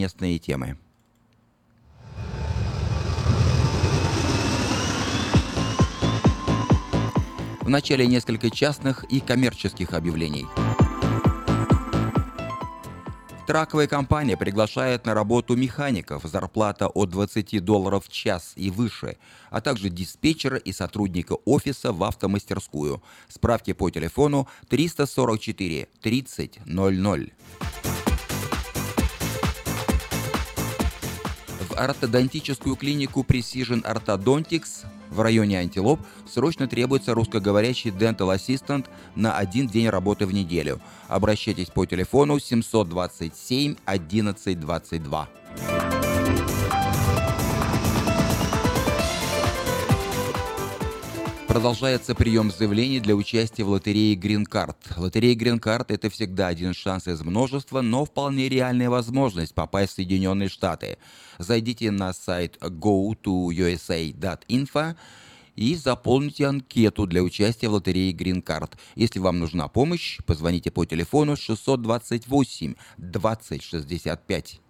местные темы. В начале несколько частных и коммерческих объявлений. Траковая компания приглашает на работу механиков, зарплата от $20 в час и выше, а также диспетчера и сотрудника офиса в автомастерскую. Справки по телефону 344 30 00. В ортодонтическую клинику Precision Orthodontics в районе Антилоп срочно требуется русскоговорящий Dental Assistant на 1 день работы в неделю. Обращайтесь по телефону 727 11 22. Продолжается прием заявлений для участия в лотерее Green Card. Лотерея Green Card – это всегда один шанс из множества, но вполне реальная возможность попасть в Соединенные Штаты. Зайдите на сайт go2usa.info и заполните анкету для участия в лотерее Green Card. Если вам нужна помощь, позвоните по телефону 628 20 65.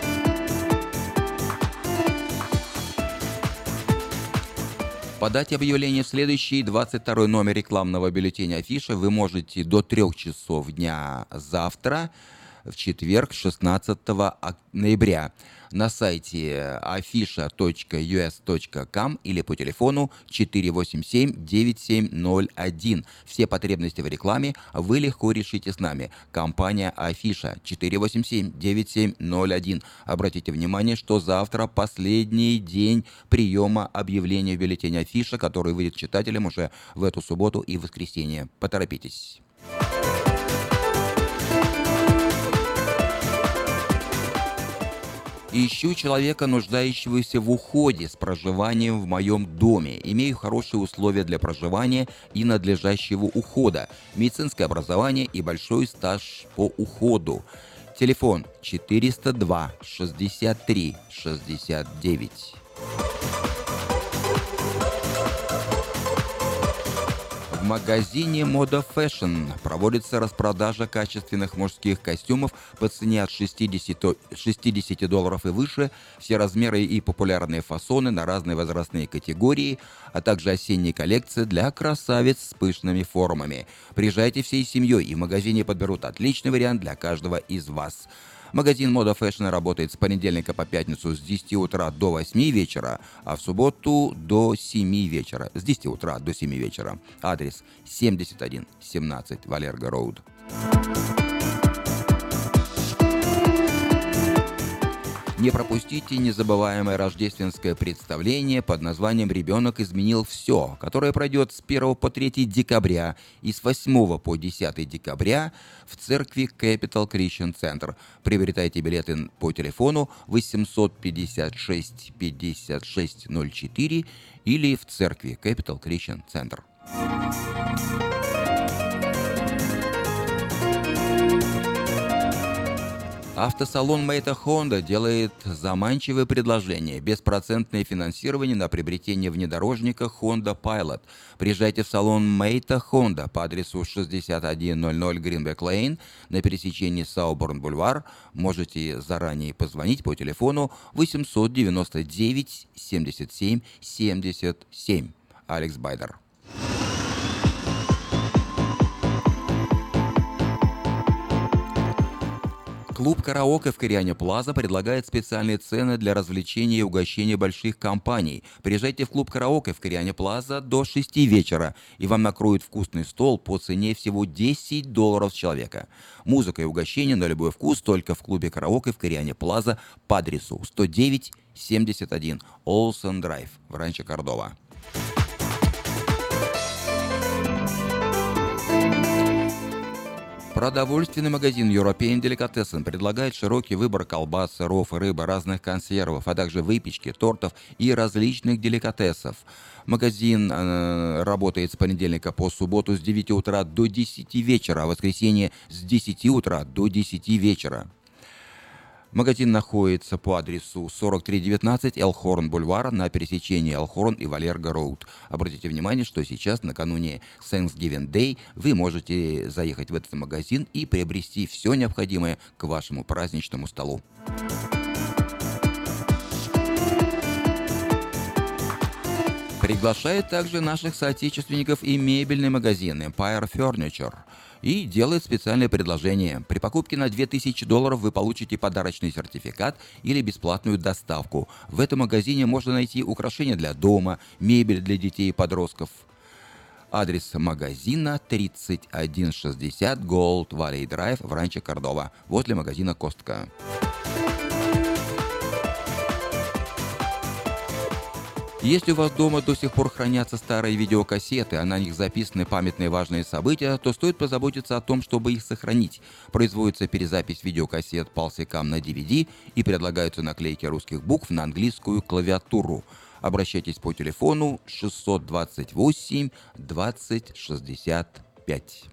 Подать объявление в следующий 22 номер рекламного бюллетеня «Афиша» вы можете до 3 часов дня завтра, в четверг, 16 ноября, на сайте afisha.us.com или по телефону 487-9701. Все потребности в рекламе вы легко решите с нами. Компания Афиша 487-9701. Обратите внимание, что завтра последний день приема объявления в бюллетене Афиша, который выйдет читателям уже в эту субботу и воскресенье. Поторопитесь. Ищу человека, нуждающегося в уходе с проживанием в моем доме. Имею хорошие условия для проживания и надлежащего ухода, медицинское образование и большой стаж по уходу. Телефон 402 63 69. В магазине Moda Fashion проводится распродажа качественных мужских костюмов по цене от $60 и выше, все размеры и популярные фасоны на разные возрастные категории, а также осенние коллекции для красавиц с пышными формами. Приезжайте всей семьей, и в магазине подберут отличный вариант для каждого из вас. Магазин Moda Fashion работает с понедельника по пятницу с 10 утра до 8 вечера, а в субботу до 7 вечера. С 10 утра до 7 вечера. Адрес 7117 Валерго Роуд. Не пропустите незабываемое рождественское представление под названием «Ребенок изменил все», которое пройдет с 1 по 3 декабря и с 8 по 10 декабря в церкви Capital Christian Center. Приобретайте билеты по телефону 856 5604 или в церкви Capital Christian Center. Автосалон Мэйта Honda делает заманчивое предложение: беспроцентное финансирование на приобретение внедорожника Honda Pilot. Приезжайте в салон Мэйта Honda по адресу 6100 Greenback Lane на пересечении Сауборн-Бульвар. Можете заранее позвонить по телефону 899 77 77. Алекс Байдер. Клуб «Караоке» в Кориане Плаза предлагает специальные цены для развлечения и угощения больших компаний. Приезжайте в клуб «Караоке» в Кориане Плаза до 6 вечера, и вам накроют вкусный стол по цене всего $10 с человека. Музыка и угощения на любой вкус только в клубе «Караоке» в Кориане Плаза по адресу 109-71 Олсен Драйв в Ранчо Кордова. Продовольственный магазин European Delicatessen предлагает широкий выбор колбас, сыров и рыбы, разных консервов, а также выпечки, тортов и различных деликатесов. Магазин работает с понедельника по субботу с 9 утра до 10 вечера, а в воскресенье с 10 утра до 10 вечера. Магазин находится по адресу 4319 Элхорн-Бульвар на пересечении Элхорн и Валерго-Роуд. Обратите внимание, что сейчас, накануне Thanksgiving Day, вы можете заехать в этот магазин и приобрести все необходимое к вашему праздничному столу. Приглашает также наших соотечественников и мебельный магазин Empire Furniture и делает специальное предложение. При покупке на $2000 вы получите подарочный сертификат или бесплатную доставку. В этом магазине можно найти украшения для дома, мебель для детей и подростков. Адрес магазина 3160 Gold Valley Drive в Ранчо Кордова, возле магазина Костка. Если у вас дома до сих пор хранятся старые видеокассеты, а на них записаны памятные важные события, то стоит позаботиться о том, чтобы их сохранить. Производится перезапись видеокассет Pulsicam на DVD и предлагаются наклейки русских букв на английскую клавиатуру. Обращайтесь по телефону 628 20 65.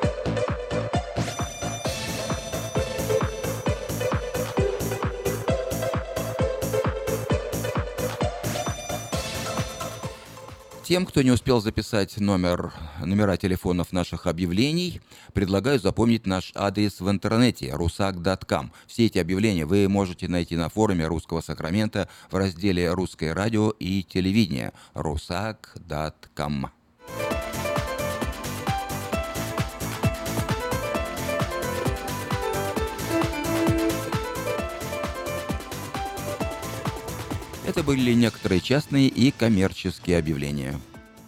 Тем, кто не успел записать номера телефонов наших объявлений, предлагаю запомнить наш адрес в интернете rusak.com. Все эти объявления вы можете найти на форуме Русского Сакрамента в разделе «Русское радио и телевидение» rusak.com. Это были некоторые частные и коммерческие объявления.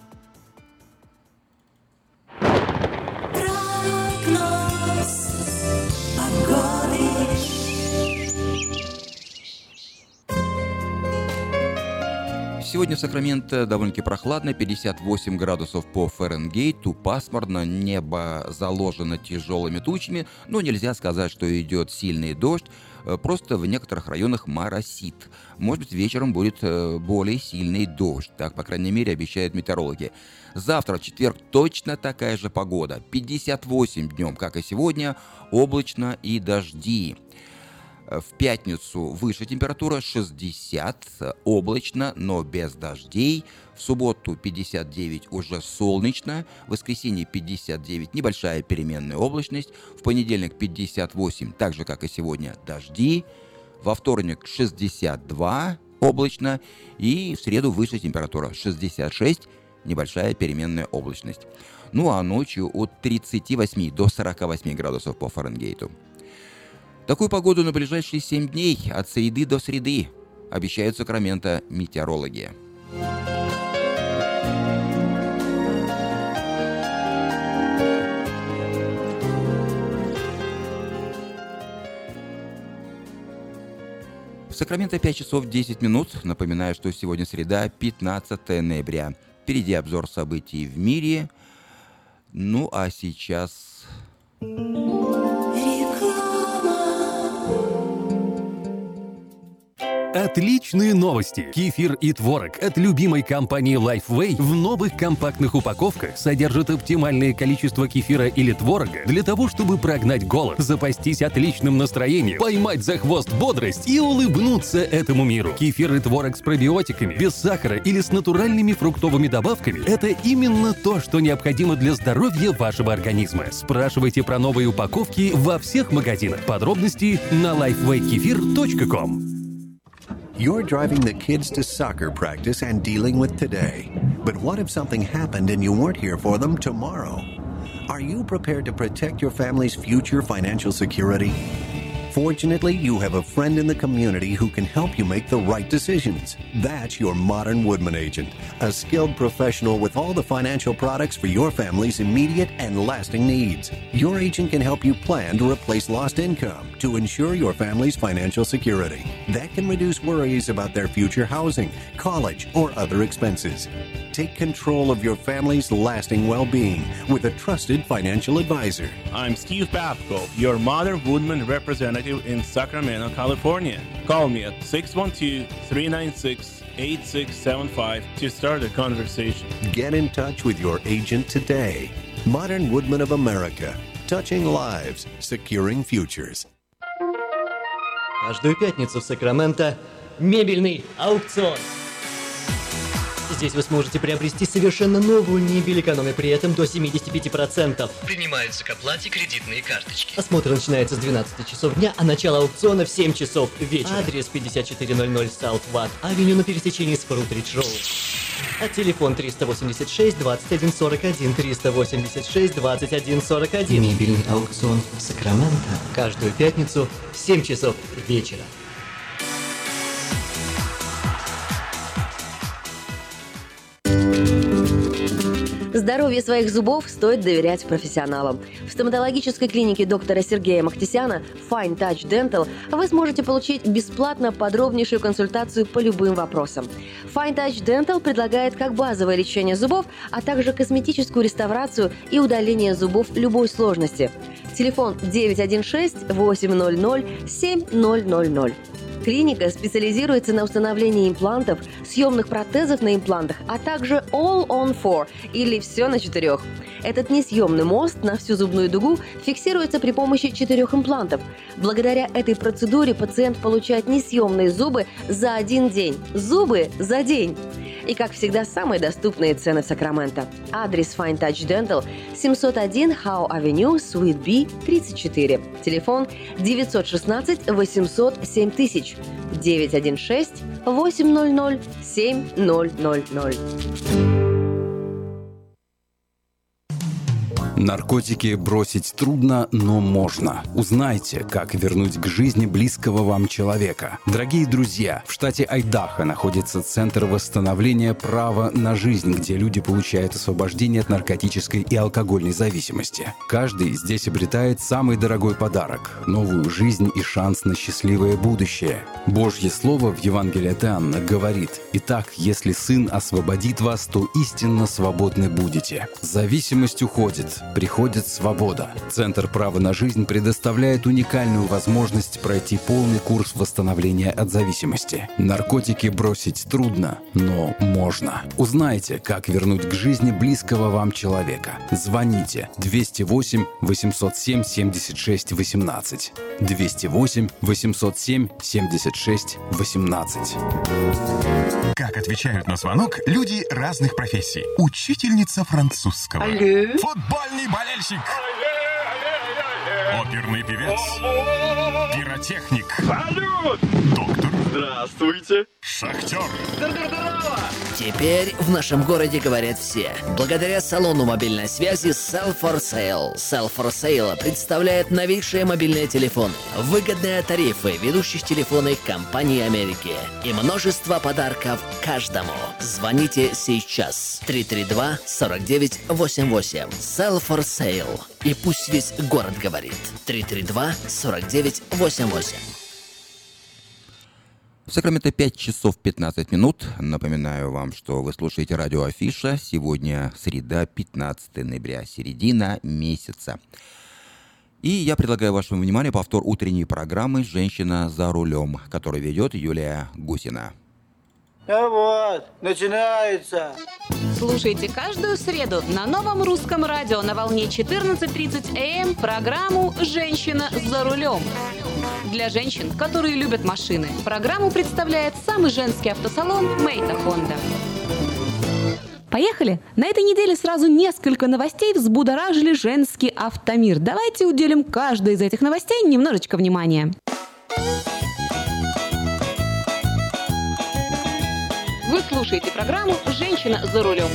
Сегодня в Сакраменто довольно-таки прохладно, 58 градусов по Фаренгейту, пасмурно, небо заложено тяжелыми тучами, но нельзя сказать, что идет сильный дождь, просто в некоторых районах моросит. Может быть, вечером будет более сильный дождь, так, по крайней мере, обещают метеорологи. Завтра, в четверг, точно такая же погода, 58 днем, как и сегодня, облачно и дожди. В пятницу выше температура 60, облачно, но без дождей. В субботу 59 уже солнечно. В воскресенье 59 небольшая переменная облачность. В понедельник 58, так же как и сегодня, дожди. Во вторник 62, облачно. И в среду выше температура 66, небольшая переменная облачность. Ну а ночью от 38 до 48 градусов по Фаренгейту. Такую погоду на ближайшие 7 дней, от среды до среды, обещают Сакраменто метеорологи. В Сакраменто 5 часов 10 минут. Напоминаю, что сегодня среда, 15 ноября. Впереди обзор событий в мире. Ну а сейчас... Отличные новости! Кефир и творог от любимой компании Lifeway в новых компактных упаковках содержат оптимальное количество кефира или творога для того, чтобы прогнать голод, запастись отличным настроением, поймать за хвост бодрость и улыбнуться этому миру. Кефир и творог с пробиотиками, без сахара или с натуральными фруктовыми добавками – это именно то, что необходимо для здоровья вашего организма. Спрашивайте про новые упаковки во всех магазинах. Подробности на lifewaykefir.com. You're driving the kids to soccer practice and dealing with today. But what if something happened and you weren't here for them tomorrow? Are you prepared to protect your family's future financial security? Fortunately, you have a friend in the community who can help you make the right decisions. That's your Modern Woodman agent, a skilled professional with all the financial products for your family's immediate and lasting needs. Your agent can help you plan to replace lost income to ensure your family's financial security. That can reduce worries about their future housing, college, or other expenses. Take control of your family's lasting well-being with a trusted financial advisor. I'm Steve Babko, your Modern Woodman representative in Sacramento, California. Call me at 612-396-8675 to start a conversation. Get in touch with your agent today. Modern Woodman of America. Touching lives, securing futures. Каждую пятницу в Сакраменто мебельный аукцион. Здесь вы сможете приобрести совершенно новую мебель, экономя при этом до 75%. Принимаются к оплате кредитные карточки. Осмотр начинается с 12 часов дня, а начало аукциона в 7 часов вечера. Адрес 5400 South Watt Avenue на пересечении с Фрутридж Роуд. А телефон 386 21 41 386 21 41. Мебельный аукцион Сакраменто. Каждую пятницу в 7 часов вечера. Здоровью своих зубов стоит доверять профессионалам. В стоматологической клинике доктора Сергея Махтисяна Fine Touch Dental вы сможете получить бесплатно подробнейшую консультацию по любым вопросам. Fine Touch Dental предлагает как базовое лечение зубов, а также косметическую реставрацию и удаление зубов любой сложности. Телефон 916-800-7000. Клиника специализируется на установлении имплантов, съемных протезов на имплантах, а также All on 4 или «Все на 4». Этот несъемный мост на всю зубную дугу фиксируется при помощи 4 имплантов. Благодаря этой процедуре пациент получает несъемные зубы за один день. Зубы за день! И, как всегда, самые доступные цены в Сакраменто. Адрес Fine Touch Dental 701 Howe Avenue, Suite B, 34. Телефон 916-800-7000. 916-800-7000. Наркотики бросить трудно, но можно. Узнайте, как вернуть к жизни близкого вам человека. Дорогие друзья, в штате Айдахо находится Центр восстановления права на жизнь, где люди получают освобождение от наркотической и алкогольной зависимости. Каждый здесь обретает самый дорогой подарок – новую жизнь и шанс на счастливое будущее. Божье Слово в Евангелии от Иоанна говорит: «Итак, если Сын освободит вас, то истинно свободны будете». Зависимость уходит. Приходит свобода. Центр права на жизнь предоставляет уникальную возможность пройти полный курс восстановления от зависимости. Наркотики бросить трудно, но можно. Узнайте, как вернуть к жизни близкого вам человека. Звоните 208-807-76-18. 208-807-76-18. Как отвечают на звонок люди разных профессий. Учительница французского. Алле. Футбольный болельщик. Оперный певец. Пиротехник. Салют! Доктор. Здравствуйте. Шахтер. Здорово! Теперь в нашем городе говорят все. Благодаря салону мобильной связи Sell for Sale. Sell for Sale представляет новейшие мобильные телефоны, выгодные тарифы ведущих телефонных компаний Америки и множество подарков каждому. Звоните сейчас. 332-4988. Sell for Sale. И пусть весь город говорит. 332-4988. В Сакраменто 5 часов 15 минут. Напоминаю вам, что вы слушаете радио Афиша. Сегодня среда, 15 ноября, середина месяца. И я предлагаю вашему вниманию повтор утренней программы «Женщина за рулем», которую ведет Юлия Гусина. Ну вот, начинается. Слушайте каждую среду на новом русском радио на волне 14:30 АМ программу «Женщина за рулем». Для женщин, которые любят машины, программу представляет самый женский автосалон «Мэйта Хонда». Поехали! На этой неделе сразу несколько новостей взбудоражили женский автомир. Давайте уделим каждой из этих новостей немножечко внимания. Вы слушаете программу «Женщина за рулем».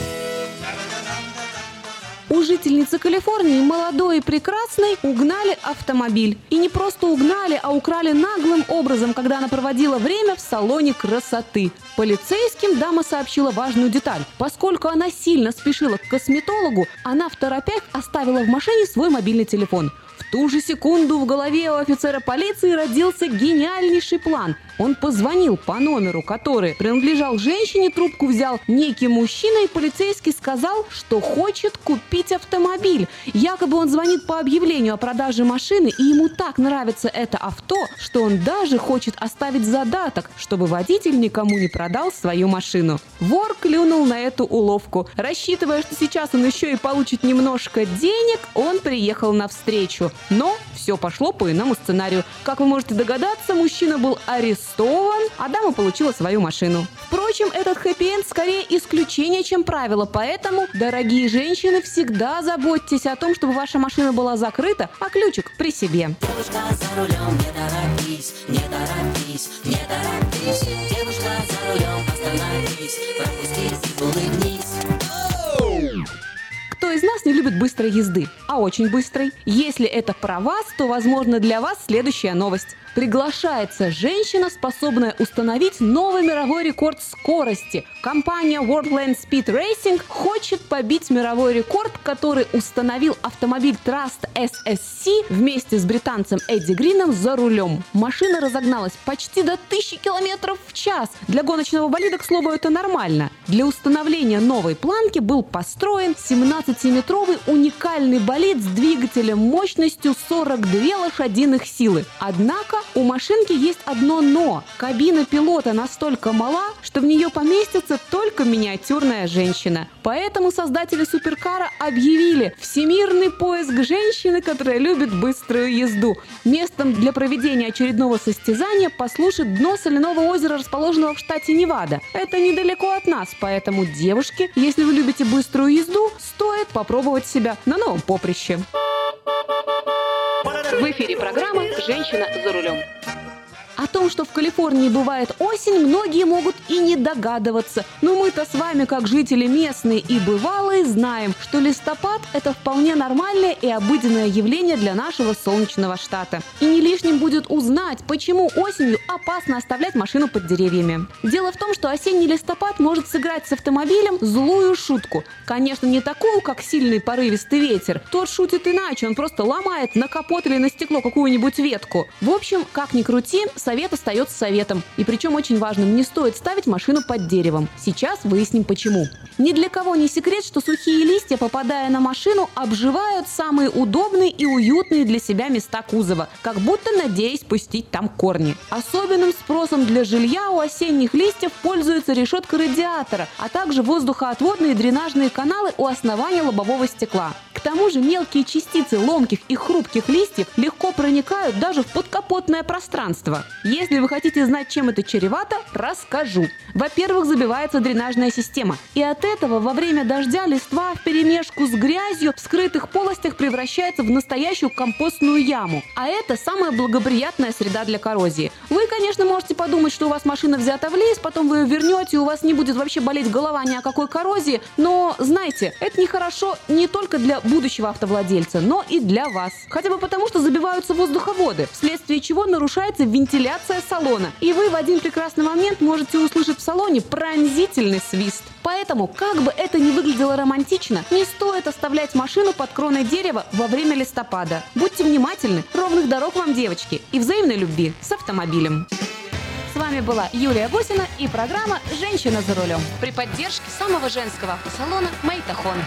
У жительницы Калифорнии, молодой и прекрасной, угнали автомобиль. И не просто угнали, а украли наглым образом, когда она проводила время в салоне красоты. Полицейским дама сообщила важную деталь. Поскольку она сильно спешила к косметологу, она второпях оставила в машине свой мобильный телефон. В ту же секунду в голове у офицера полиции родился гениальнейший план. Он позвонил по номеру, который принадлежал женщине, трубку взял некий мужчина, и полицейский сказал, что хочет купить автомобиль. Якобы он звонит по объявлению о продаже машины, и ему так нравится это авто, что он даже хочет оставить задаток, чтобы водитель никому не продал свою машину. Вор клюнул на эту уловку. Рассчитывая, что сейчас он еще и получит немножко денег, он приехал навстречу. Но все пошло по иному сценарию. Как вы можете догадаться, мужчина был арестован, а дама получила свою машину. В Впрочем, этот хэппи-энд скорее исключение, чем правило, поэтому, дорогие женщины, всегда заботьтесь о том, чтобы ваша машина была закрыта, а ключик при себе. Девушка за рулем, не торопись, не торопись, не торопись. Девушка за рулем, остановись, пропусти и улыбнись. Кто из нас не любит быстрой езды, а очень быстрой? Если это про вас, то, возможно, для вас следующая новость. Приглашается женщина, способная установить новый мировой рекорд скорости. Компания Worldland Speed Racing хочет побить мировой рекорд, который установил автомобиль Trust SSC вместе с британцем Эдди Грином за рулем. Машина разогналась почти до 1000 км в час. Для гоночного болида, к слову, это нормально. Для установления новой планки был построен 17-метровый уникальный болид с двигателем мощностью 42 лошадиных силы. Однако у машинки есть одно «но». Кабина пилота настолько мала, что в нее поместится только миниатюрная женщина. Поэтому создатели суперкара объявили всемирный поиск женщины, которая любит быструю езду. Местом для проведения очередного состязания послужит дно соляного озера, расположенного в штате Невада. Это недалеко от нас, поэтому, девушки, если вы любите быструю езду, стоит попробовать себя на новом поприще. В эфире программа «Женщина за рулем». О том, что в Калифорнии бывает осень, многие могут и не догадываться. Но мы-то с вами, как жители местные и бывалые, знаем, что листопад – это вполне нормальное и обыденное явление для нашего солнечного штата. И не лишним будет узнать, почему осенью опасно оставлять машину под деревьями. Дело в том, что осенний листопад может сыграть с автомобилем злую шутку. Конечно, не такую, как сильный порывистый ветер. Тот шутит иначе, он просто ломает на капот или на стекло какую-нибудь ветку. В общем, как ни крути, совет остается советом. И причем очень важным, не стоит ставить машину под деревом. Сейчас выясним почему. Ни для кого не секрет, что сухие листья, попадая на машину, обживают самые удобные и уютные для себя места кузова, как будто надеясь пустить там корни. Особенным спросом для жилья у осенних листьев пользуется решетка радиатора, а также воздухоотводные дренажные каналы у основания лобового стекла. К тому же мелкие частицы ломких и хрупких листьев легко проникают даже в подкапотное пространство. Если вы хотите знать, чем это чревато, расскажу. Во-первых, забивается дренажная система. И от этого во время дождя листва вперемешку с грязью в скрытых полостях превращается в настоящую компостную яму. А это самая благоприятная среда для коррозии. Вы, конечно, можете подумать, что у вас машина взята в лист, потом вы ее вернете, и у вас не будет вообще болеть голова ни о какой коррозии. Но, знаете, это нехорошо не только для будущего автовладельца, но и для вас. Хотя бы потому, что забиваются воздуховоды, вследствие чего нарушается вентиляция салона. И вы в один прекрасный момент можете услышать в салоне пронзительный свист. Поэтому, как бы это ни выглядело романтично, не стоит оставлять машину под кроной дерева во время листопада. Будьте внимательны, ровных дорог вам, девочки, и взаимной любви с автомобилем. С вами была Юлия Бусина и программа «Женщина за рулем» при поддержке самого женского автосалона «Мэйта Хонда».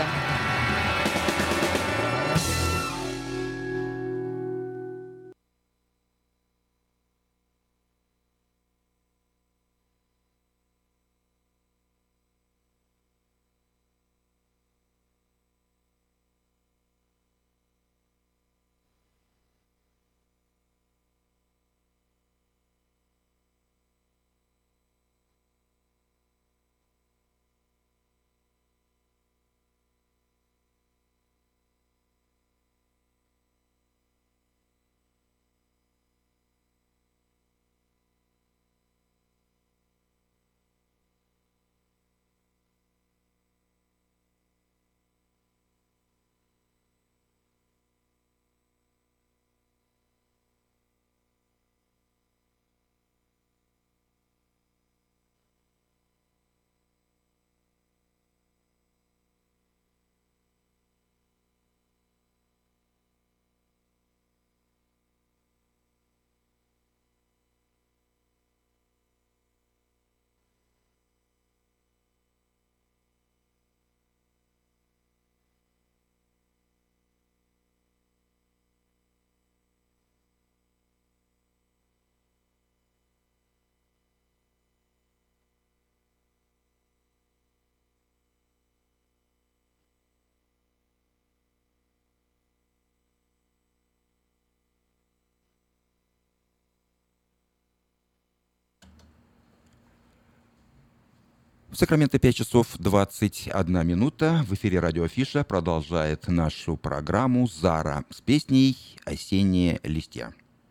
В Сакраменто 5 часов 21 минута. В эфире Радио Афиша продолжает нашу программу «Зара» с песней «Осенние листья».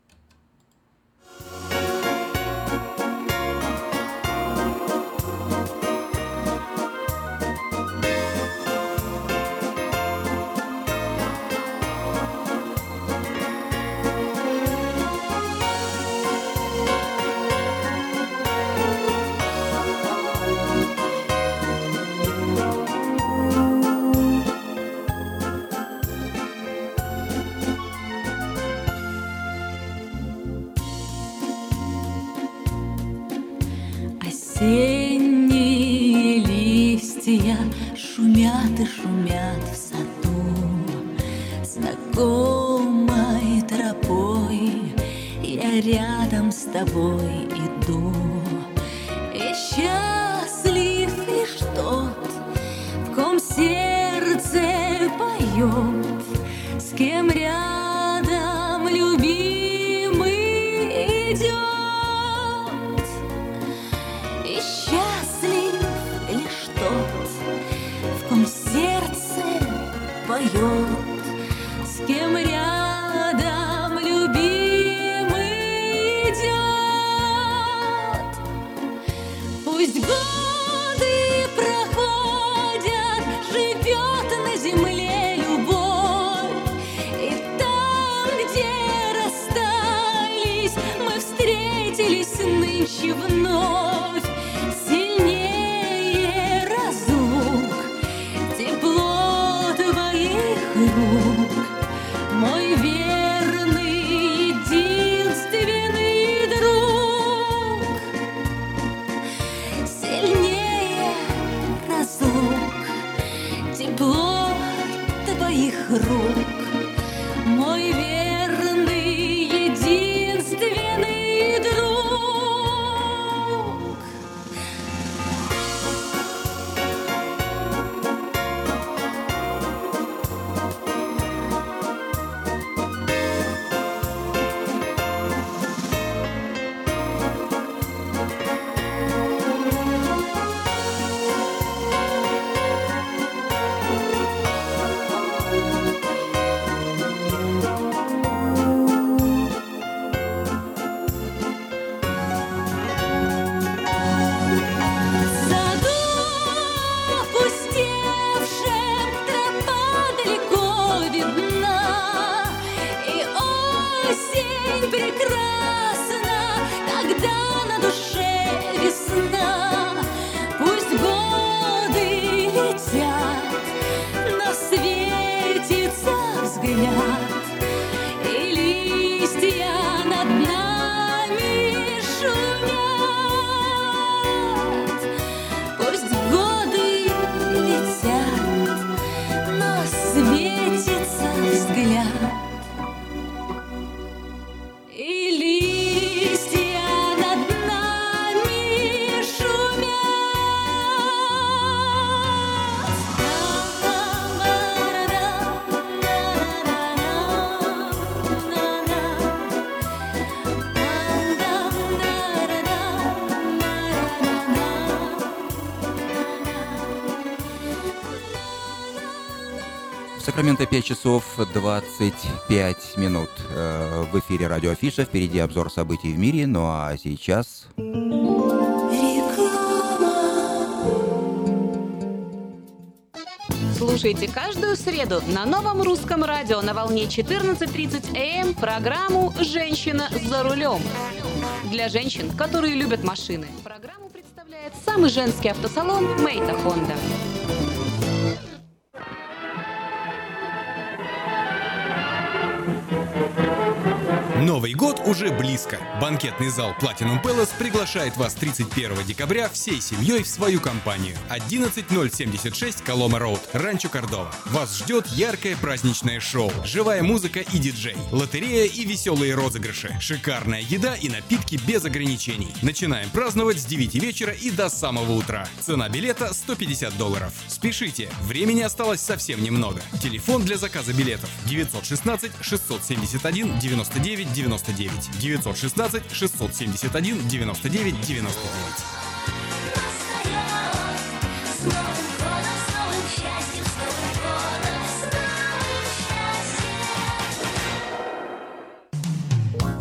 Осенние листья шумят и шумят в саду, знакомой тропой я рядом с тобой иду. И счастлив лишь тот, в ком сердце поет, с кем рядом любимый идет. Поет, с кем рядом любимый идет. Пусть годы проходят, живет на земле любовь, и там, где расстались, мы встретились нынче вновь. Сильнее разлук, тепло рук, мой верный, единственный друг. Сильнее разлук, тепло твоих рук, мой верный, единственный друг. Сакраменто 5 часов 25 минут. В эфире Радио Афиша. Впереди обзор событий в мире. Ну а сейчас... Слушайте каждую среду на Новом русском радио на волне 14:30 АМ программу «Женщина за рулем». Для женщин, которые любят машины. Программу представляет самый женский автосалон «Мэйта Хонда». Новый год уже близко. Банкетный зал Platinum Palace приглашает вас 31 декабря всей семьей в свою компанию. 11076 Колома Роуд, Ранчо Кордова. Вас ждет яркое праздничное шоу, живая музыка и диджей, лотерея и веселые розыгрыши, шикарная еда и напитки без ограничений. Начинаем праздновать с 9 вечера и до самого утра. Цена билета $150. Спешите, времени осталось совсем немного. Телефон для заказа билетов 916 671 99 99 916 671 99 99.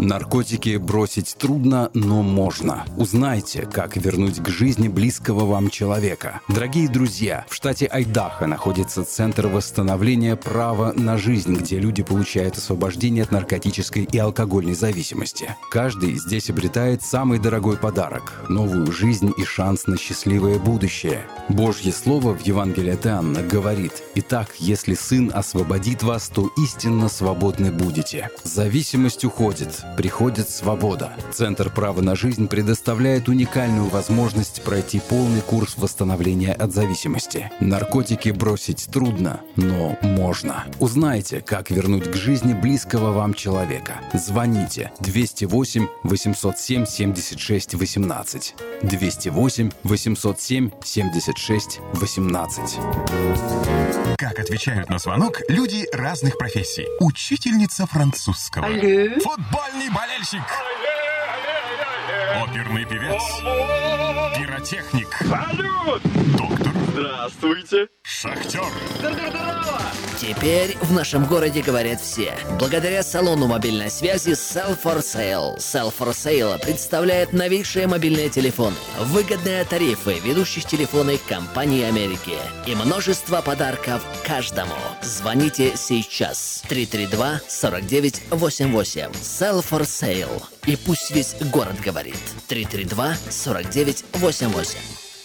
Наркотики бросить трудно, но можно. Узнайте, как вернуть к жизни близкого вам человека. Дорогие друзья, в штате Айдахо находится Центр восстановления права на жизнь, где люди получают освобождение от наркотической и алкогольной зависимости. Каждый здесь обретает самый дорогой подарок – новую жизнь и шанс на счастливое будущее. Божье Слово в Евангелии от Иоанна говорит: «Итак, если Сын освободит вас, то истинно свободны будете». Зависимость уходит, приходит свобода. Центр права на жизнь предоставляет уникальную возможность пройти полный курс восстановления от зависимости. Наркотики бросить трудно, но можно. Узнайте, как вернуть к жизни близкого вам человека. Звоните 208 807 76 18. 208 807 76 18. Как отвечают на звонок люди разных профессий. Учительница французского. Алло. Футбольный болельщик. Оперный певец. Пиротехник. Салют! Доктор. Здравствуйте! Шахтер. Здорово! Теперь в нашем городе говорят все. Благодаря салону мобильной связи Sell for Sale. Sell for Sale представляет новейшие мобильные телефоны, выгодные тарифы ведущих телефонных компаний Америки и множество подарков каждому. Звоните сейчас. 332-4988. Sell for Sale. И пусть весь город говорит. 332-4988.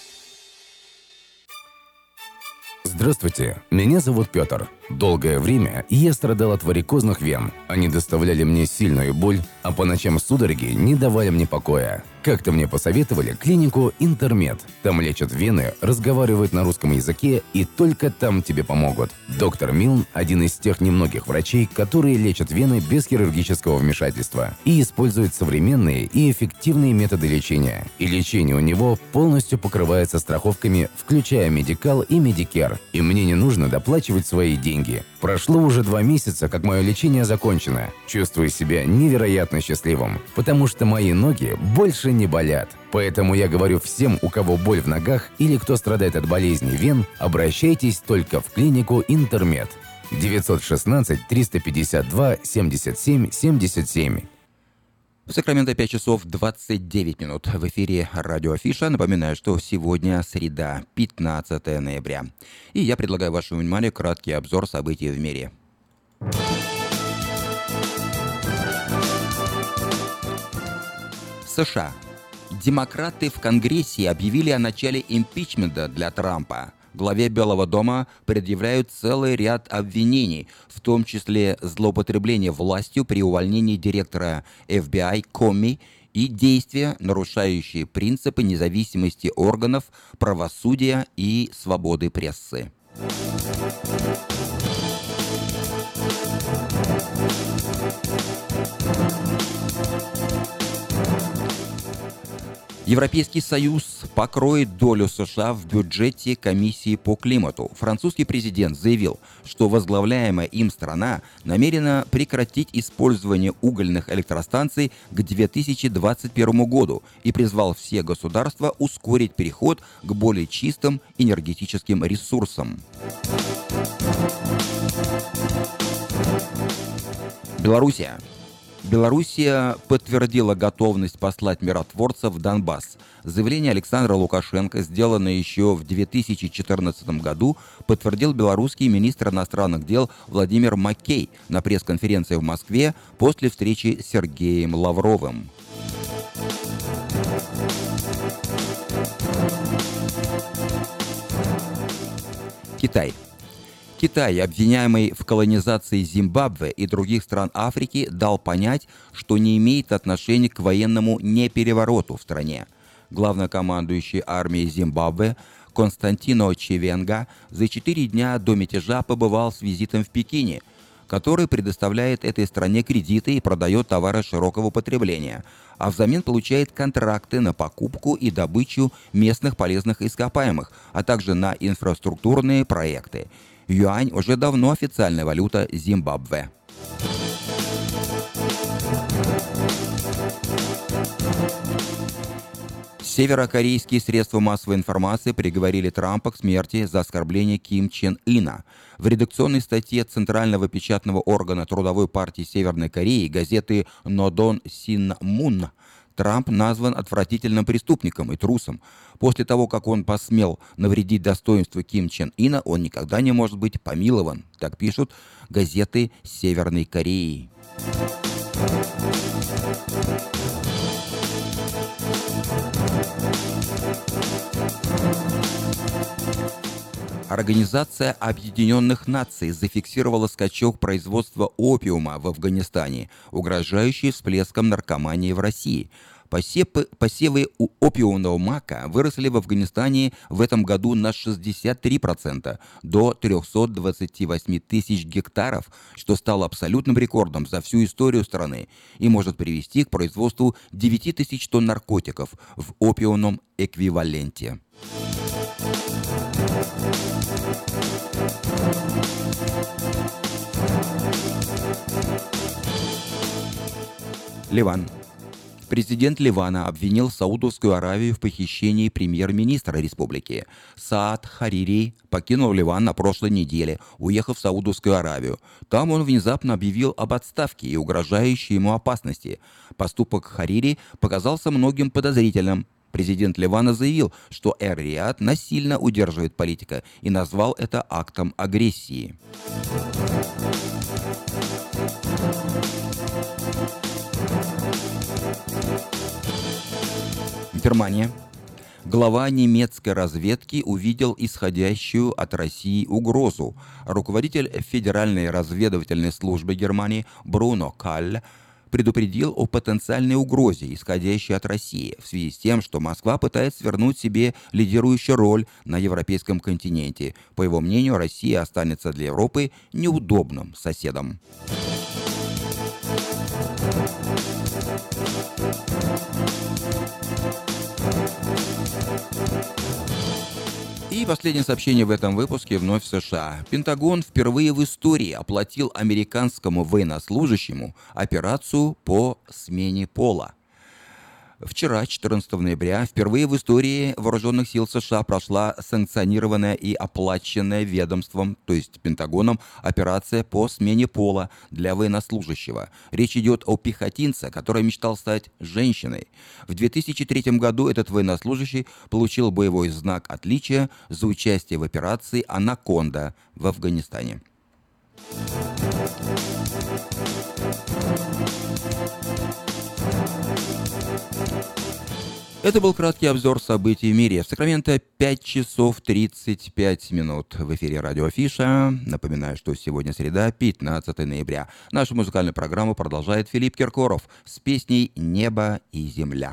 Здравствуйте, меня зовут Петр. Долгое время я страдал от варикозных вен. Они доставляли мне сильную боль, а по ночам судороги не давали мне покоя. Как-то мне посоветовали клинику «Интермед». Там лечат вены, разговаривают на русском языке, и только там тебе помогут. Доктор Милн – один из тех немногих врачей, которые лечат вены без хирургического вмешательства и используют современные и эффективные методы лечения. И лечение у него полностью покрывается страховками, включая Медикал и Медикер. И мне не нужно доплачивать свои деньги. Прошло уже 2 месяца, как мое лечение закончено. Чувствую себя невероятно счастливым, потому что мои ноги больше не болят. Поэтому я говорю всем, у кого боль в ногах или кто страдает от болезни вен, обращайтесь только в клинику «Интермед». 916-352-77-77. В Сакраменто 5 часов 29 минут. В эфире радио Афиша. Напоминаю, что сегодня среда, 15 ноября. И я предлагаю вашему вниманию краткий обзор событий в мире. США. Демократы в Конгрессе объявили о начале импичмента для Трампа. Главе Белого дома предъявляют целый ряд обвинений, в том числе злоупотребление властью при увольнении директора FBI Коми и действия, нарушающие принципы независимости органов, правосудия и свободы прессы. Европейский Союз покроет долю США в бюджете Комиссии по климату. Французский президент заявил, что возглавляемая им страна намерена прекратить использование угольных электростанций к 2021 году и призвал все государства ускорить переход к более чистым энергетическим ресурсам. Белоруссия подтвердила готовность послать миротворцев в Донбасс. Заявление Александра Лукашенко, сделанное еще в 2014 году, подтвердил белорусский министр иностранных дел Владимир Маккей на пресс-конференции в Москве после встречи с Сергеем Лавровым. Китай, обвиняемый в колонизации Зимбабве и других стран Африки, дал понять, что не имеет отношения к военному неперевороту в стране. Главнокомандующий армией Зимбабве Константино Чивенга за 4 дня до мятежа побывал с визитом в Пекине, который предоставляет этой стране кредиты и продает товары широкого потребления, а взамен получает контракты на покупку и добычу местных полезных ископаемых, а также на инфраструктурные проекты. Юань уже давно официальная валюта Зимбабве. Северокорейские средства массовой информации приговорили Трампа к смерти за оскорбление Ким Чен Ына. В редакционной статье Центрального печатного органа Трудовой партии Северной Кореи газеты «Нодон Синмун» Трамп назван отвратительным преступником и трусом. После того, как он посмел навредить достоинству Ким Чен Ына, он никогда не может быть помилован. Так пишут газеты Северной Кореи. Организация Объединенных Наций зафиксировала скачок производства опиума в Афганистане, угрожающий всплеском наркомании в России. Посевы опиумного мака выросли в Афганистане в этом году на 63%, до 328 тысяч гектаров, что стало абсолютным рекордом за всю историю страны и может привести к производству 9 тысяч тонн наркотиков в опиумном эквиваленте. Ливан. Президент Ливана обвинил Саудовскую Аравию в похищении премьер-министра республики. Саад Харири покинул Ливан на прошлой неделе, уехав в Саудовскую Аравию. Там он внезапно объявил об отставке и угрожающей ему опасности. Поступок Харири показался многим подозрительным. Президент Ливана заявил, что Эр-Рияд насильно удерживает политика и назвал это актом агрессии. Германия. Глава немецкой разведки увидел исходящую от России угрозу. Руководитель Федеральной разведывательной службы Германии Бруно Калль предупредил о потенциальной угрозе, исходящей от России, в связи с тем, что Москва пытается вернуть себе лидирующую роль на европейском континенте. По его мнению, Россия останется для Европы неудобным соседом. И последнее сообщение в этом выпуске вновь в США. Пентагон впервые в истории оплатил американскому военнослужащему операцию по смене пола. Вчера, 14 ноября, впервые в истории Вооруженных сил США прошла санкционированная и оплаченная ведомством, то есть Пентагоном, операция по смене пола для военнослужащего. Речь идет о пехотинце, который мечтал стать женщиной. В 2003 году этот военнослужащий получил боевой знак отличия за участие в операции «Анаконда» в Афганистане. Это был краткий обзор событий в мире. В Сакраменто 5 часов 35 минут. В эфире Радио Афиша. Напоминаю, что сегодня среда, 15 ноября. Нашу музыкальную программу продолжает Филипп Киркоров с песней «Небо и земля».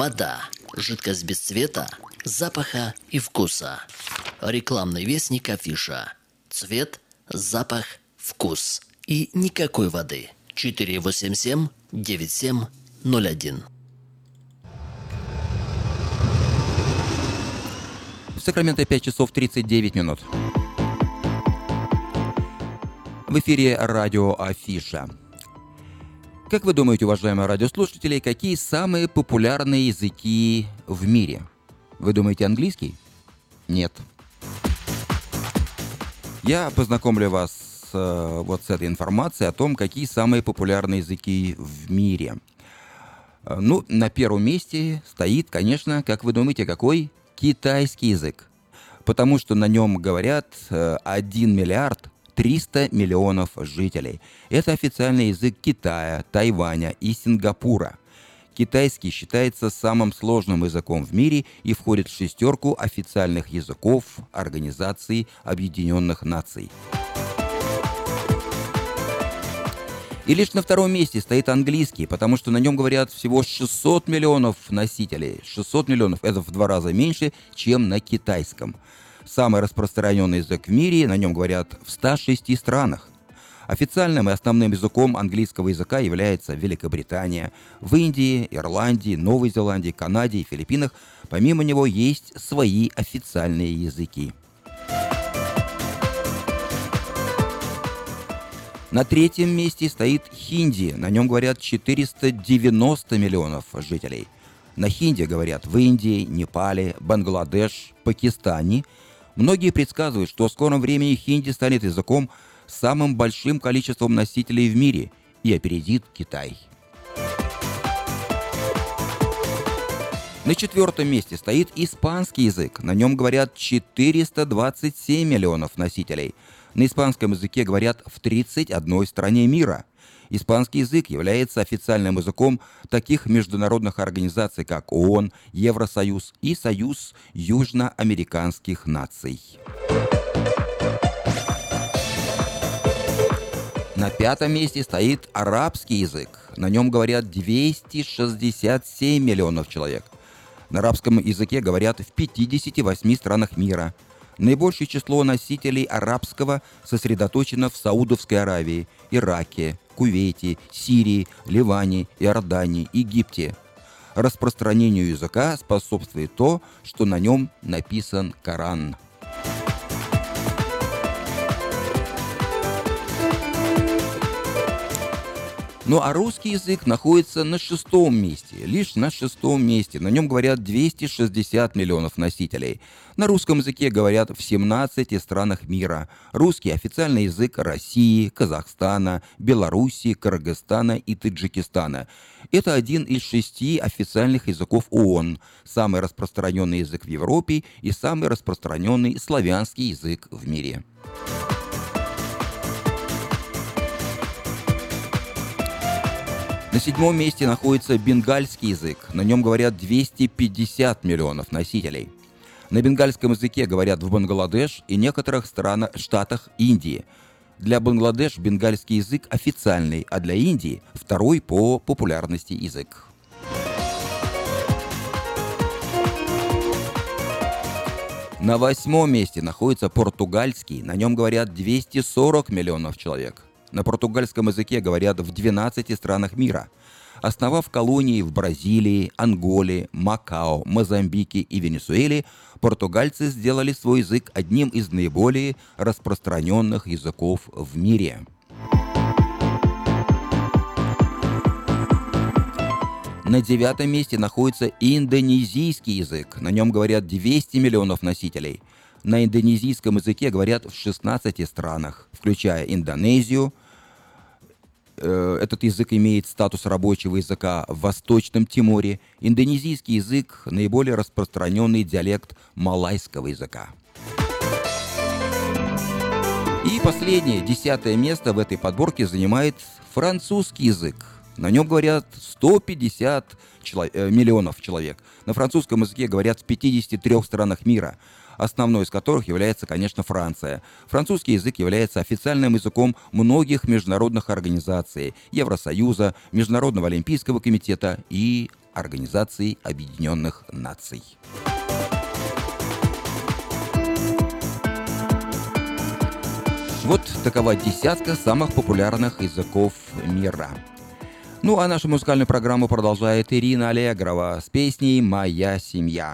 вода, жидкость без цвета, запаха и вкуса. Рекламный вестник афиша. Цвет, запах, вкус. И никакой воды. 487-9701. В Сакраменто 5 часов 39 минут. В эфире радио Афиша. Как вы думаете, уважаемые радиослушатели, какие самые популярные языки в мире? Вы думаете, английский? Нет. Я познакомлю вас вот с этой информацией о том, какие самые популярные языки в мире. Ну, на первом месте стоит, конечно, как вы думаете, какой? Китайский язык. Потому что на нем говорят 1 миллиард 300 миллионов жителей. Это официальный язык Китая, Тайваня и Сингапура. Китайский считается самым сложным языком в мире и входит в 6 официальных языков Организации Объединенных Наций. И лишь на втором месте стоит английский, потому что на нем говорят всего 600 миллионов носителей. 600 миллионов – это в 2 раза меньше, чем на китайском. Самый распространенный язык в мире, на нем говорят в 106 странах. Официальным и основным языком английского языка является Великобритания. В Индии, Ирландии, Новой Зеландии, Канаде и Филиппинах помимо него есть свои официальные языки. На третьем месте стоит хинди. На нем говорят 490 миллионов жителей. На хинди говорят в Индии, Непале, Бангладеш, Пакистане. Многие предсказывают, что в скором времени хинди станет языком с самым большим количеством носителей в мире и опередит Китай. На 4-м месте стоит испанский язык. На нем говорят 427 миллионов носителей. На испанском языке говорят в 31 стране мира. Испанский язык является официальным языком таких международных организаций, как ООН, Евросоюз и Союз южноамериканских наций. На 5-м месте стоит арабский язык. На нем говорят 267 миллионов человек. На арабском языке говорят в 58 странах мира. Наибольшее число носителей арабского сосредоточено в Саудовской Аравии, Ираке, Кувейте, Сирии, Ливане, Иордании, Египте. Распространению языка способствует то, что на нем написан Коран. Ну а русский язык находится на 6-м месте, лишь на 6-м месте. На нем говорят 260 миллионов носителей. На русском языке говорят в 17 странах мира. Русский – официальный язык России, Казахстана, Белоруссии, Кыргызстана и Таджикистана. Это один из 6 официальных языков ООН, самый распространенный язык в Европе и самый распространенный славянский язык в мире. На 7-м месте находится бенгальский язык. На нем говорят 250 миллионов носителей. На бенгальском языке говорят в Бангладеш и некоторых штатах Индии. Для Бангладеш бенгальский язык официальный, а для Индии – 2-й по популярности язык. На 8-м месте находится португальский. На нем говорят 240 миллионов человек. На португальском языке говорят в 12 странах мира. Основав колонии в Бразилии, Анголе, Макао, Мозамбике и Венесуэле, португальцы сделали свой язык одним из наиболее распространенных языков в мире. На 9-м месте находится индонезийский язык. На нем говорят 200 миллионов носителей. На индонезийском языке говорят в 16 странах, включая Индонезию. Этот язык имеет статус рабочего языка в Восточном Тиморе. Индонезийский язык – наиболее распространенный диалект малайского языка. И последнее, 10-е место в этой подборке занимает французский язык. На нем говорят 150 миллионов человек. На французском языке говорят в 53 странах мира, основной из которых является, конечно, Франция. Французский язык является официальным языком многих международных организаций Евросоюза, Международного олимпийского комитета и Организации Объединенных Наций. Вот такова десятка самых популярных языков мира. Ну а нашу музыкальную программу продолжает Ирина Аллегрова с песней «Моя семья».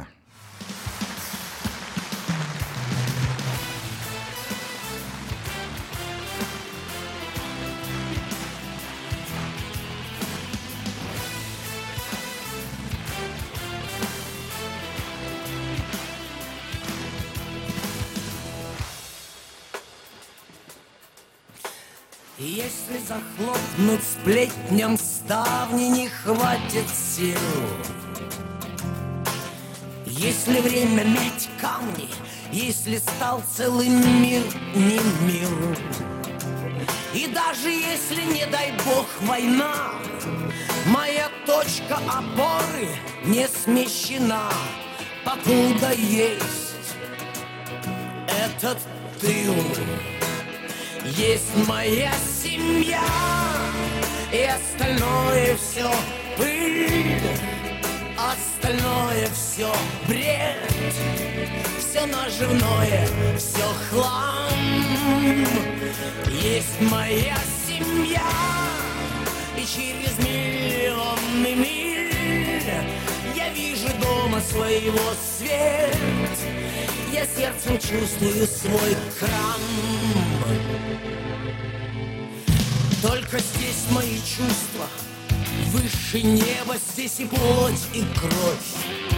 Если захлопнуть сплетням ставни, не хватит сил. Если время мять камни, если стал целый мир не мир. И даже если, не дай бог, война, моя точка опоры не смещена, покуда есть этот тыл. Есть моя семья, и остальное все пыль, остальное все бред, все наживное, все хлам. Есть моя семья, и через миллионы миль я вижу дома своего свет, я сердцем чувствую свой храм. Только здесь мои чувства выше неба, здесь и плоть, и кровь.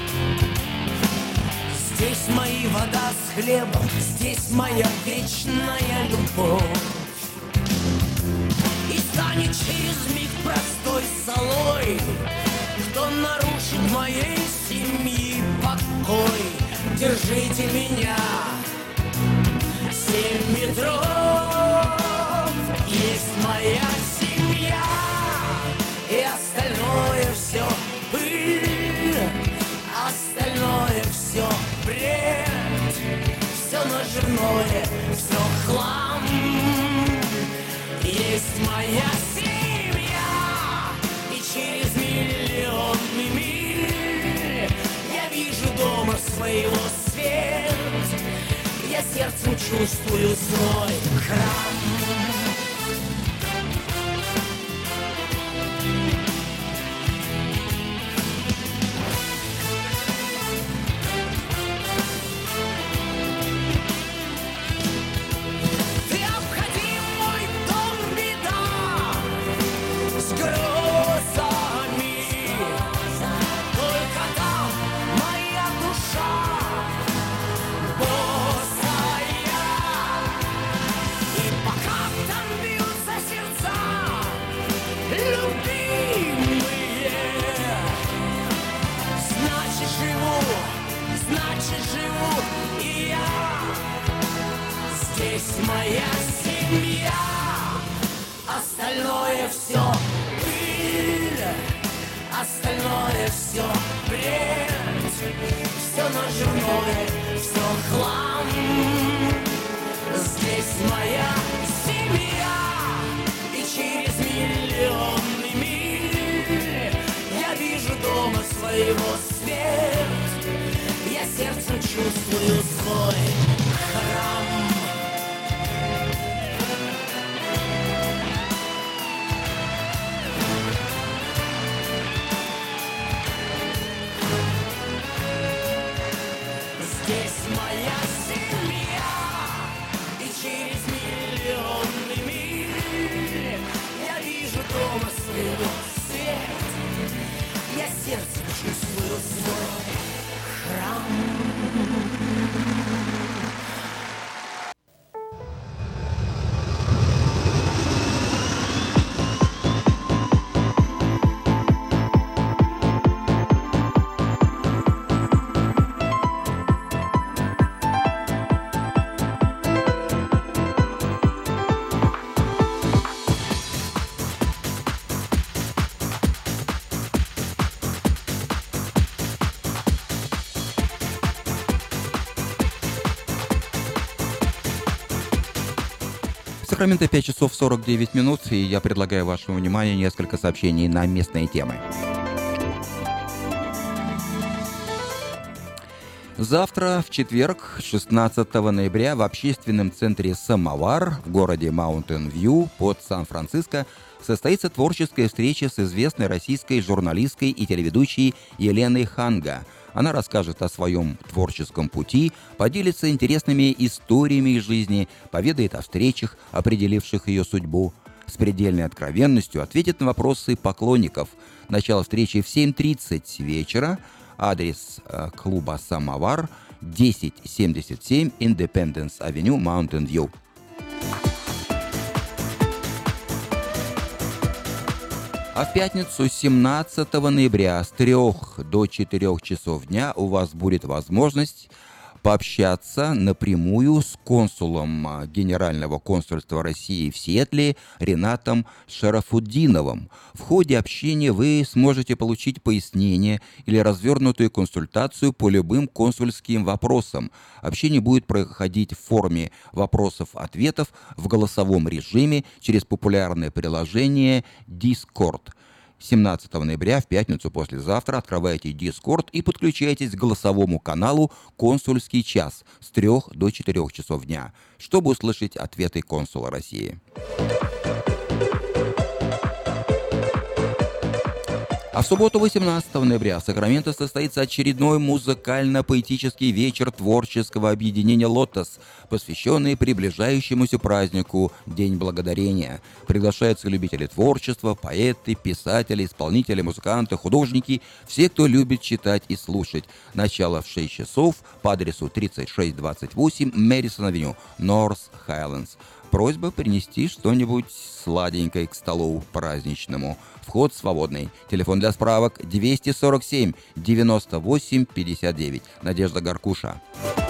Здесь мои вода с хлебом, здесь моя вечная любовь. И станет через миг простой золой, кто нарушит моей семьи покой. Держите меня, 7 метров. Есть моя семья, и остальное все пыль, остальное все бред, все наживное, все хлам. Есть моя семья, и через миллионы миль я вижу дома своего свет, я сердцем чувствую свой храм. Моя семья, остальное все пыль, остальное все бред, все наживное, все хлам. Здесь моя семья, и через миллионы миль я вижу дома своего свет, я сердцем чувствую свой храм. Здесь моя семья, и через миллионы миль я вижу дома своего свет, я сердцем чувствую свой храм. Сакраменто 5 часов 49 минут, и я предлагаю вашему вниманию несколько сообщений на местные темы. Завтра, в четверг, 16 ноября, в общественном центре «Самовар» в городе Маунтин-Вью под Сан-Франциско состоится творческая встреча с известной российской журналисткой и телеведущей Еленой Ханга. Она расскажет о своем творческом пути, поделится интересными историями из жизни, поведает о встречах, определивших ее судьбу. С предельной откровенностью ответит на вопросы поклонников. Начало встречи в 7:30 вечера. Адрес клуба «Самовар» 1077 Independence Avenue, Mountain View. А в пятницу 17 ноября с 3 до 4 часов дня у вас будет возможность пообщаться напрямую с консулом Генерального консульства России в Сиэтле Ринатом Шарафутдиновым. В ходе общения вы сможете получить пояснение или развернутую консультацию по любым консульским вопросам. Общение будет проходить в форме вопросов-ответов в голосовом режиме через популярное приложение Discord. 17 ноября, в пятницу послезавтра, открывайте Discord и подключайтесь к голосовому каналу «Консульский час» с 3 до 4 часов дня, чтобы услышать ответы консула России. А в субботу, 18 ноября, в Сакраменто состоится очередной музыкально-поэтический вечер творческого объединения «Лотос», посвященный приближающемуся празднику День Благодарения. Приглашаются любители творчества, поэты, писатели, исполнители, музыканты, художники, все, кто любит читать и слушать. Начало в 6 часов по адресу 3628 Мэдисон-авеню, Норс Хайлендс. Просьба принести что-нибудь сладенькое к столу праздничному. Вход свободный. Телефон для справок 247 98 59. Надежда Гаркуша.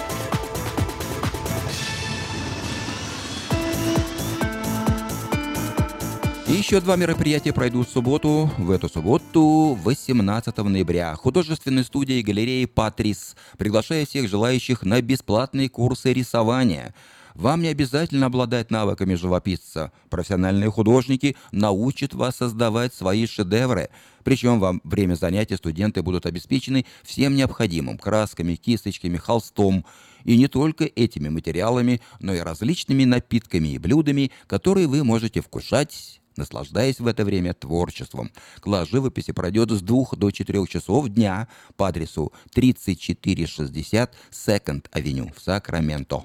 И еще два мероприятия пройдут в субботу. В эту субботу, 18 ноября, художественная студия и галереи «Патрис» приглашает всех желающих на бесплатные курсы рисования. Вам не обязательно обладать навыками живописца. Профессиональные художники научат вас создавать свои шедевры. Причем во время занятий студенты будут обеспечены всем необходимым – красками, кисточками, холстом. И не только этими материалами, но и различными напитками и блюдами, которые вы можете вкушать, наслаждаясь в это время творчеством. Класс живописи пройдет с 2 до 4 часов дня по адресу 3460 Second Avenue в Сакраменто.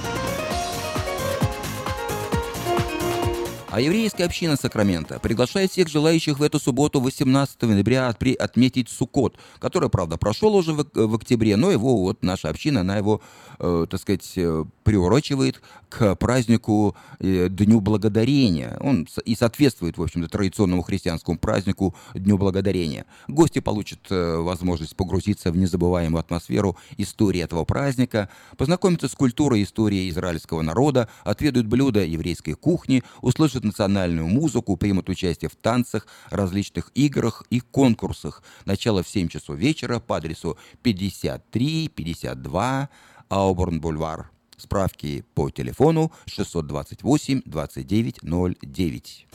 А еврейская община Сакрамента приглашает всех желающих в эту субботу, 18 ноября, отметить Суккот, который, правда, прошел уже в октябре, но его вот наша община, она его, так сказать, приурочивает к празднику Дню Благодарения. Он и соответствует, в общем-то, традиционному христианскому празднику Дню Благодарения. Гости получат возможность погрузиться в незабываемую атмосферу истории этого праздника, познакомиться с культурой и историей израильского народа, отведают блюда еврейской кухни, услышат национальную музыку, примут участие в танцах, различных играх и конкурсах. Начало в 7 часов вечера по адресу 5352 Ауборн-Бульвар. Справки по телефону 628 2909.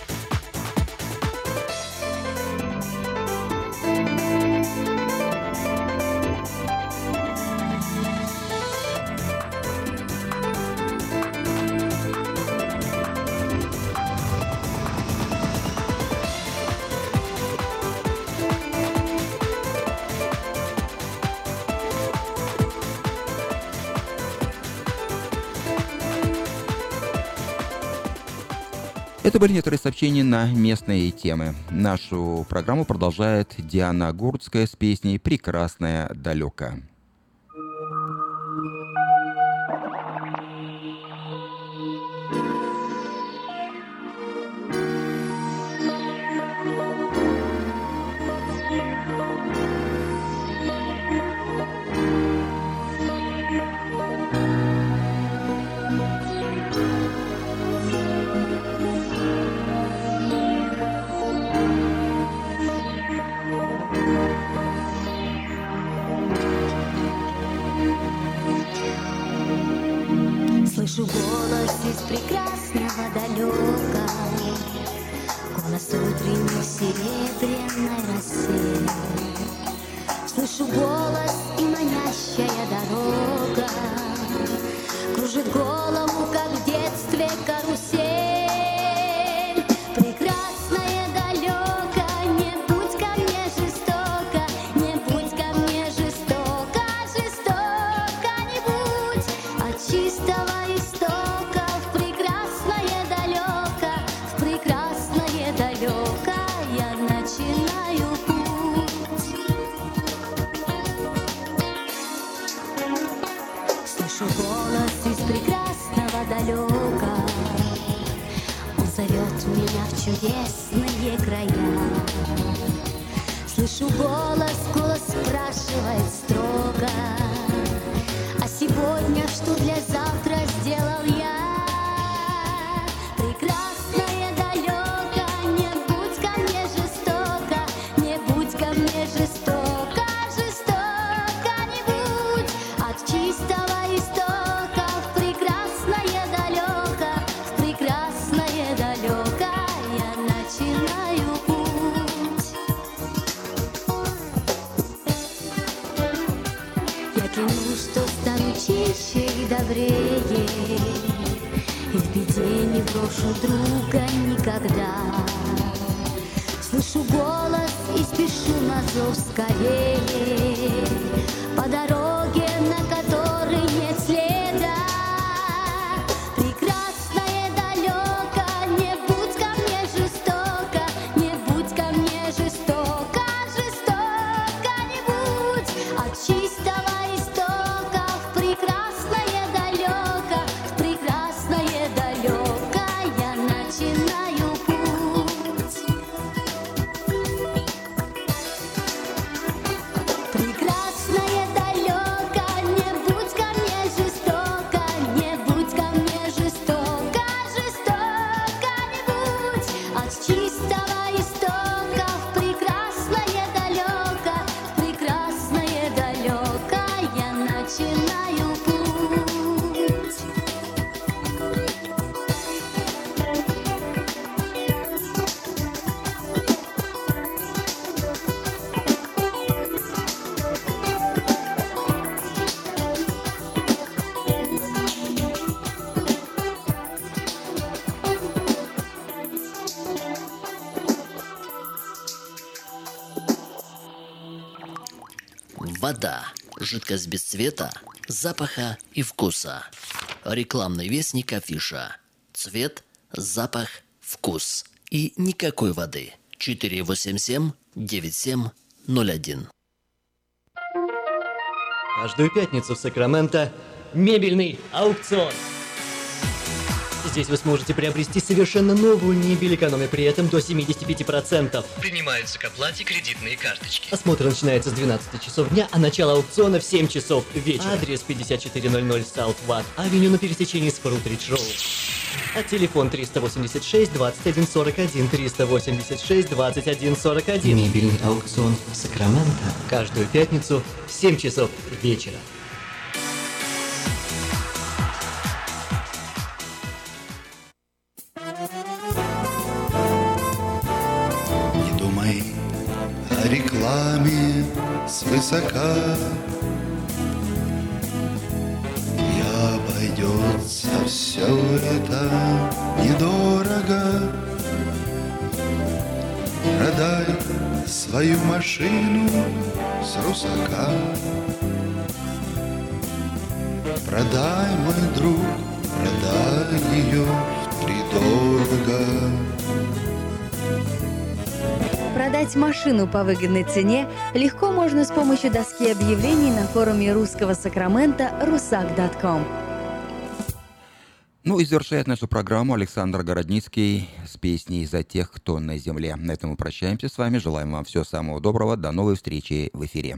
Это были некоторые сообщения на местные темы. Нашу программу продолжает Диана Гурцкая с песней «Прекрасная далека». Слышу голос из прекрасного далека, голос утренней серебряной росы. Слышу голос и манящая Слышу голос из прекрасного далека. Он зовет меня в чудесные края. Слышу голос спрашивает строго: а сегодня что для завтра сделал я? Прекрасное далеко, не будь ко мне жестоко, не будь ко мне жестоко, жестоко не будь. От чистого истока в прекрасное далеко, в прекрасное далеко я начинаю путь. Я клянусь, что стану чище и добрее, и в беде не брошу друга никогда. Слышу голос и спешу на зов скорее, по дороге, на которой нет следа. Прекрасное далеко, не будь ко мне жестоко, не будь ко мне жестоко, жестоко не будь. От чистого истока в прекрасное далеко, в прекрасное далеко я начинаю путь. Прекрасное далеко, не будь ко мне жестоко, не будь ко мне жестоко, жестоко не будь. От чистого истока в прекрасное далеко, в прекрасное далеко я начинаю путь. Вода. Жидкость без цвета, запаха и вкуса. Рекламный вестник афиша. Цвет, запах, вкус. И никакой воды. 487-9701. Каждую пятницу в Сакраменто мебельный аукцион. Здесь вы сможете приобрести совершенно новую мебель, экономя при этом до 75%. Принимаются к оплате кредитные карточки. Осмотр начинается с 12 часов дня, а начало аукциона в 7 часов вечера. Адрес 5400 South Watt Авеню на пересечении с Фрутридж Роуд. А телефон 386-2141, 386-2141. Мебельный аукцион в Сакраменто. Каждую пятницу в 7 часов вечера. О рекламе свысока, и обойдется все это недорого. Продай свою машину с русака. Продай, мой друг, продай ее втридорого. Продать машину по выгодной цене легко можно с помощью доски объявлений на форуме русского Сакрамента rusak.com. Ну и завершает нашу программу Александр Городницкий с песней «За тех, кто на земле». На этом мы прощаемся с вами. Желаем вам всего самого доброго. До новой встречи в эфире.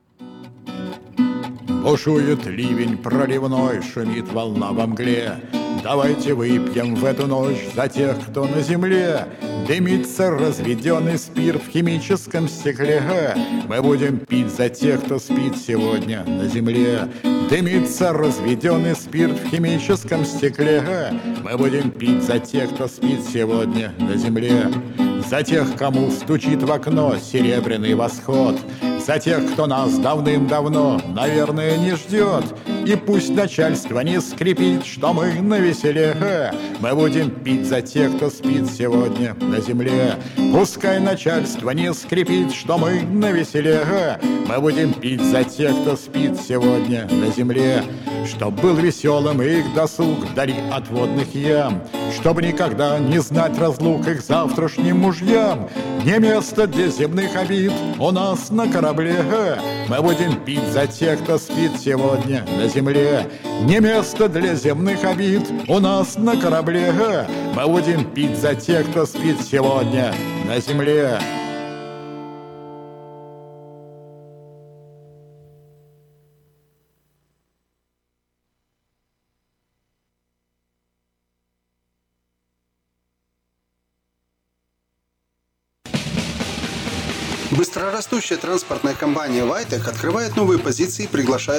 Бушует ливень проливной, шумит волна во мгле. Давайте выпьем в эту ночь за тех, кто на земле. Дымится разведенный спирт в химическом стекле. Мы будем пить за тех, кто спит сегодня на земле. Дымится разведенный спирт в химическом стекле. Мы будем пить за тех, кто спит сегодня на земле. За тех, кому стучит в окно серебряный восход. За тех, кто нас давным-давно, наверное, не ждет. И пусть начальство не скрипит, что мы навеселе. Мы будем пить за тех, кто спит сегодня на земле. Пускай начальство не скрипит, что мы навеселе. Мы будем пить за тех, кто спит сегодня на земле. Чтоб был веселым их досуг вдали от водных ям. Чтоб никогда не знать разлук их завтрашним мужьям. Не место для земных обид у нас на корабле. корабле. Мы будем пить за тех, кто спит сегодня на земле. Не место для земных обид у нас на корабле. Мы будем пить за тех, кто спит сегодня на земле. Быстрорастущая транспортная компания Вайтек открывает новые позиции и приглашает